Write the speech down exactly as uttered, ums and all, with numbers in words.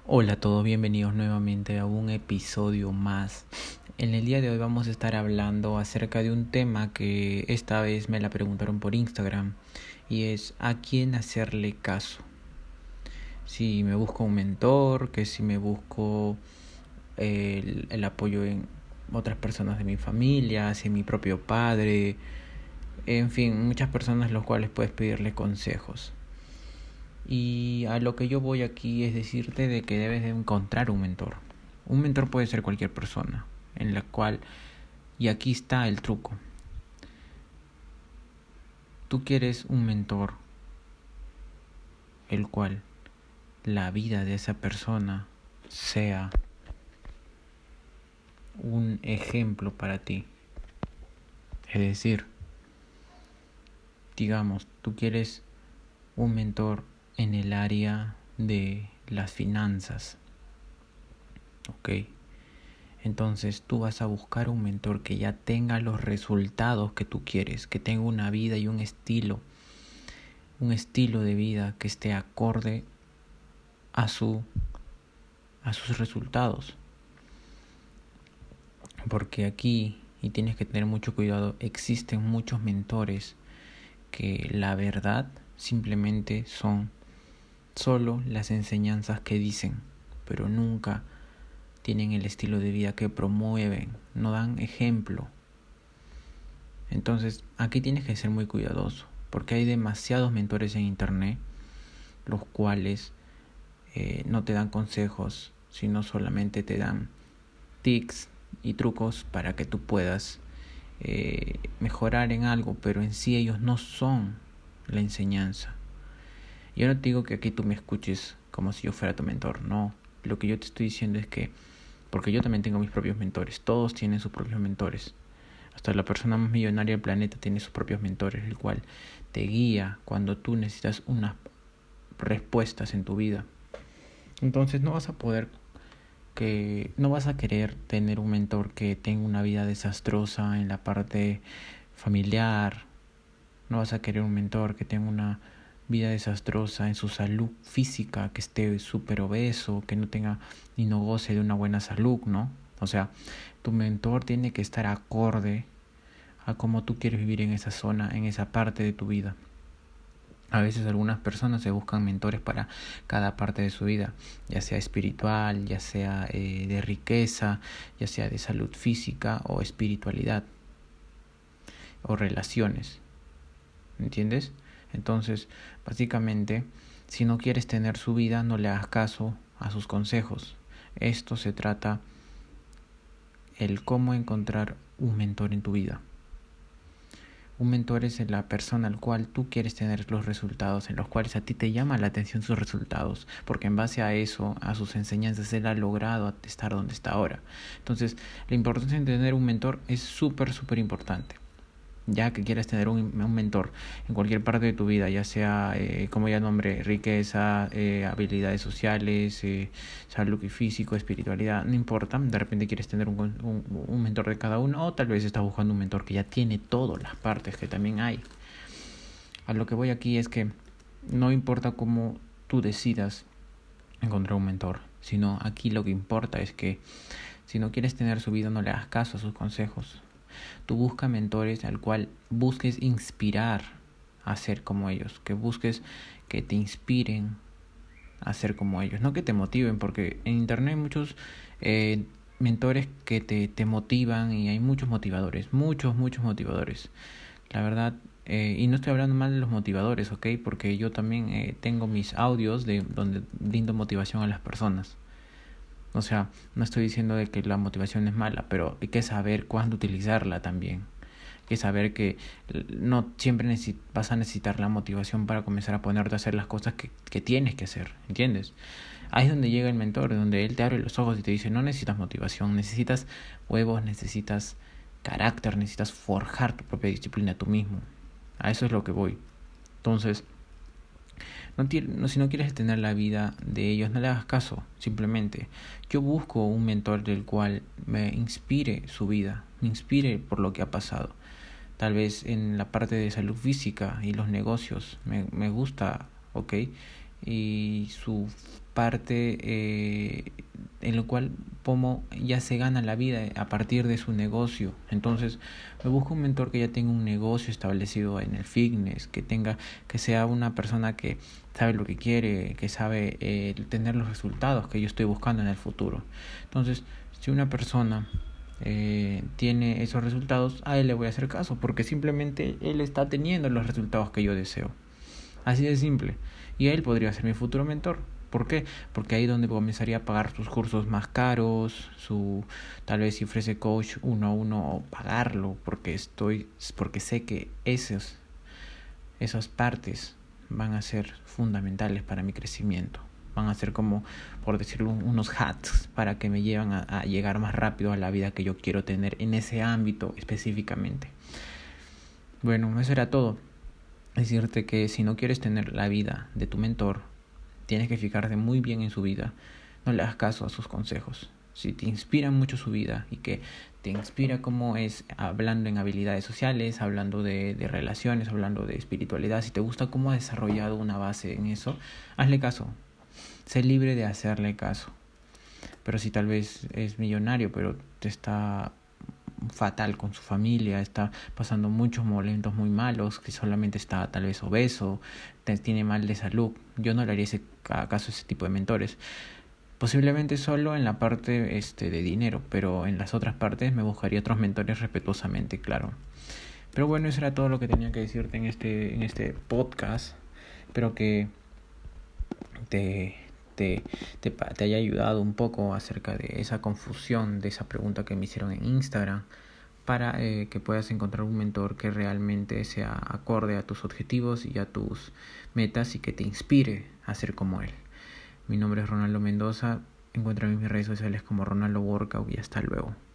Hola a todos, bienvenidos nuevamente a un episodio más. En el día de hoy vamos a estar hablando acerca de un tema que esta vez me la preguntaron por Instagram y es ¿a quién hacerle caso? Si me busco un mentor, que si me busco el, el apoyo en otras personas de mi familia, si mi propio padre, en fin, muchas personas los cuales puedes pedirle consejos. Y a lo que yo voy aquí es decirte de que debes de encontrar un mentor. Un mentor puede ser cualquier persona, en la cual, y aquí está el truco. Tú quieres un mentor, el cual la vida de esa persona sea un ejemplo para ti. Es decir, digamos, tú quieres un mentor en el área de las finanzas. Ok. Entonces tú vas a buscar un mentor que ya tenga los resultados que tú quieres, que tenga una vida y un estilo, un estilo de vida que esté acorde a su a sus resultados. Porque aquí, y tienes que tener mucho cuidado, existen muchos mentores que la verdad simplemente son solo las enseñanzas que dicen, pero nunca tienen el estilo de vida que promueven, no dan ejemplo. Entonces, aquí tienes que ser muy cuidadoso, porque hay demasiados mentores en internet, los cuales eh, no te dan consejos, sino solamente te dan tips y trucos para que tú puedas eh, mejorar en algo, pero en sí ellos no son la enseñanza. Yo no te digo que aquí tú me escuches como si yo fuera tu mentor, no. Lo que yo te estoy diciendo es que, porque yo también tengo mis propios mentores, todos tienen sus propios mentores. Hasta la persona más millonaria del planeta tiene sus propios mentores, el cual te guía cuando tú necesitas unas respuestas en tu vida. Entonces no vas a poder que no vas a querer tener un mentor que tenga una vida desastrosa en la parte familiar. No vas a querer un mentor que tenga una vida desastrosa en su salud física, que esté súper obeso, que no tenga ni no goce de una buena salud, ¿no? O sea, tu mentor tiene que estar acorde a cómo tú quieres vivir en esa zona, en esa parte de tu vida. A veces algunas personas se buscan mentores para cada parte de su vida, ya sea espiritual, ya sea eh, de riqueza, ya sea de salud física o espiritualidad o relaciones. ¿Entiendes? Entonces, básicamente, si no quieres tener su vida, no le hagas caso a sus consejos. Esto se trata el cómo encontrar un mentor en tu vida. Un mentor es la persona al cual tú quieres tener los resultados, en los cuales a ti te llama la atención sus resultados, porque en base a eso, a sus enseñanzas, él ha logrado estar donde está ahora. Entonces, la importancia de tener un mentor es súper, súper importante. Ya que quieras tener un, un mentor en cualquier parte de tu vida, ya sea, eh, como ya nombre, riqueza, eh, habilidades sociales, eh, salud y físico, espiritualidad, no importa, de repente quieres tener un, un, un mentor de cada uno, o tal vez estás buscando un mentor que ya tiene todas las partes que también hay. A lo que voy aquí es que no importa cómo tú decidas encontrar un mentor, sino aquí lo que importa es que si no quieres tener su vida, no le hagas caso a sus consejos. Tú busca mentores al cual busques inspirar a ser como ellos, que busques que te inspiren a ser como ellos, no que te motiven, porque en internet hay muchos eh, mentores que te, te motivan y hay muchos motivadores, muchos, muchos motivadores. La verdad, eh, y no estoy hablando mal de los motivadores, ¿ok? Porque yo también eh, tengo mis audios de donde brindo motivación a las personas. O sea, no estoy diciendo de que la motivación es mala, pero hay que saber cuándo utilizarla también. Hay que saber que no siempre necesi- vas a necesitar la motivación para comenzar a ponerte a hacer las cosas que, que tienes que hacer, ¿entiendes? Ahí es donde llega el mentor, donde él te abre los ojos y te dice, no necesitas motivación, necesitas huevos, necesitas carácter, necesitas forjar tu propia disciplina tú mismo. A eso es lo que voy. Entonces, no, no, si no quieres tener la vida de ellos, no le hagas caso, simplemente. Yo busco un mentor del cual me inspire su vida, me inspire por lo que ha pasado. Tal vez en la parte de salud física y los negocios me, me gusta, ¿ok? Y su parte eh, en lo cual Pomo ya se gana la vida a partir de su negocio. Entonces me busco un mentor que ya tenga un negocio establecido en el fitness, que tenga, que sea una persona que sabe lo que quiere, que sabe eh, tener los resultados que yo estoy buscando en el futuro. Entonces, si una persona eh, tiene esos resultados, a él le voy a hacer caso, porque simplemente él está teniendo los resultados que yo deseo. Así de simple. Y él podría ser mi futuro mentor. ¿Por qué? Porque ahí es donde comenzaría a pagar sus cursos más caros, su tal vez si ofrece coach uno a uno, o pagarlo, porque estoy, porque sé que esos, esas partes van a ser fundamentales para mi crecimiento. Van a ser como, por decirlo, unos hacks para que me lleven a, a llegar más rápido a la vida que yo quiero tener en ese ámbito específicamente. Bueno, eso era todo. Decirte que si no quieres tener la vida de tu mentor, tienes que fijarte muy bien en su vida. No le hagas caso a sus consejos. Si te inspira mucho su vida y que te inspira cómo es hablando en habilidades sociales, hablando de, de relaciones, hablando de espiritualidad, si te gusta cómo ha desarrollado una base en eso, hazle caso. Sé libre de hacerle caso. Pero si tal vez es millonario, pero te está fatal con su familia, está pasando muchos momentos muy malos, que solamente está tal vez obeso, tiene mal de salud, yo no le haría ese caso a ese tipo de mentores. Posiblemente solo en la parte este de dinero, pero en las otras partes me buscaría otros mentores respetuosamente, claro. Pero bueno, eso era todo lo que tenía que decirte en este en este podcast. Espero que te Te, te, te haya ayudado un poco acerca de esa confusión, de esa pregunta que me hicieron en Instagram, para eh, que puedas encontrar un mentor que realmente sea acorde a tus objetivos y a tus metas y que te inspire a ser como él. Mi nombre es Ronaldo Mendoza, encuéntrame en mis redes sociales como Ronaldo Workout y hasta luego.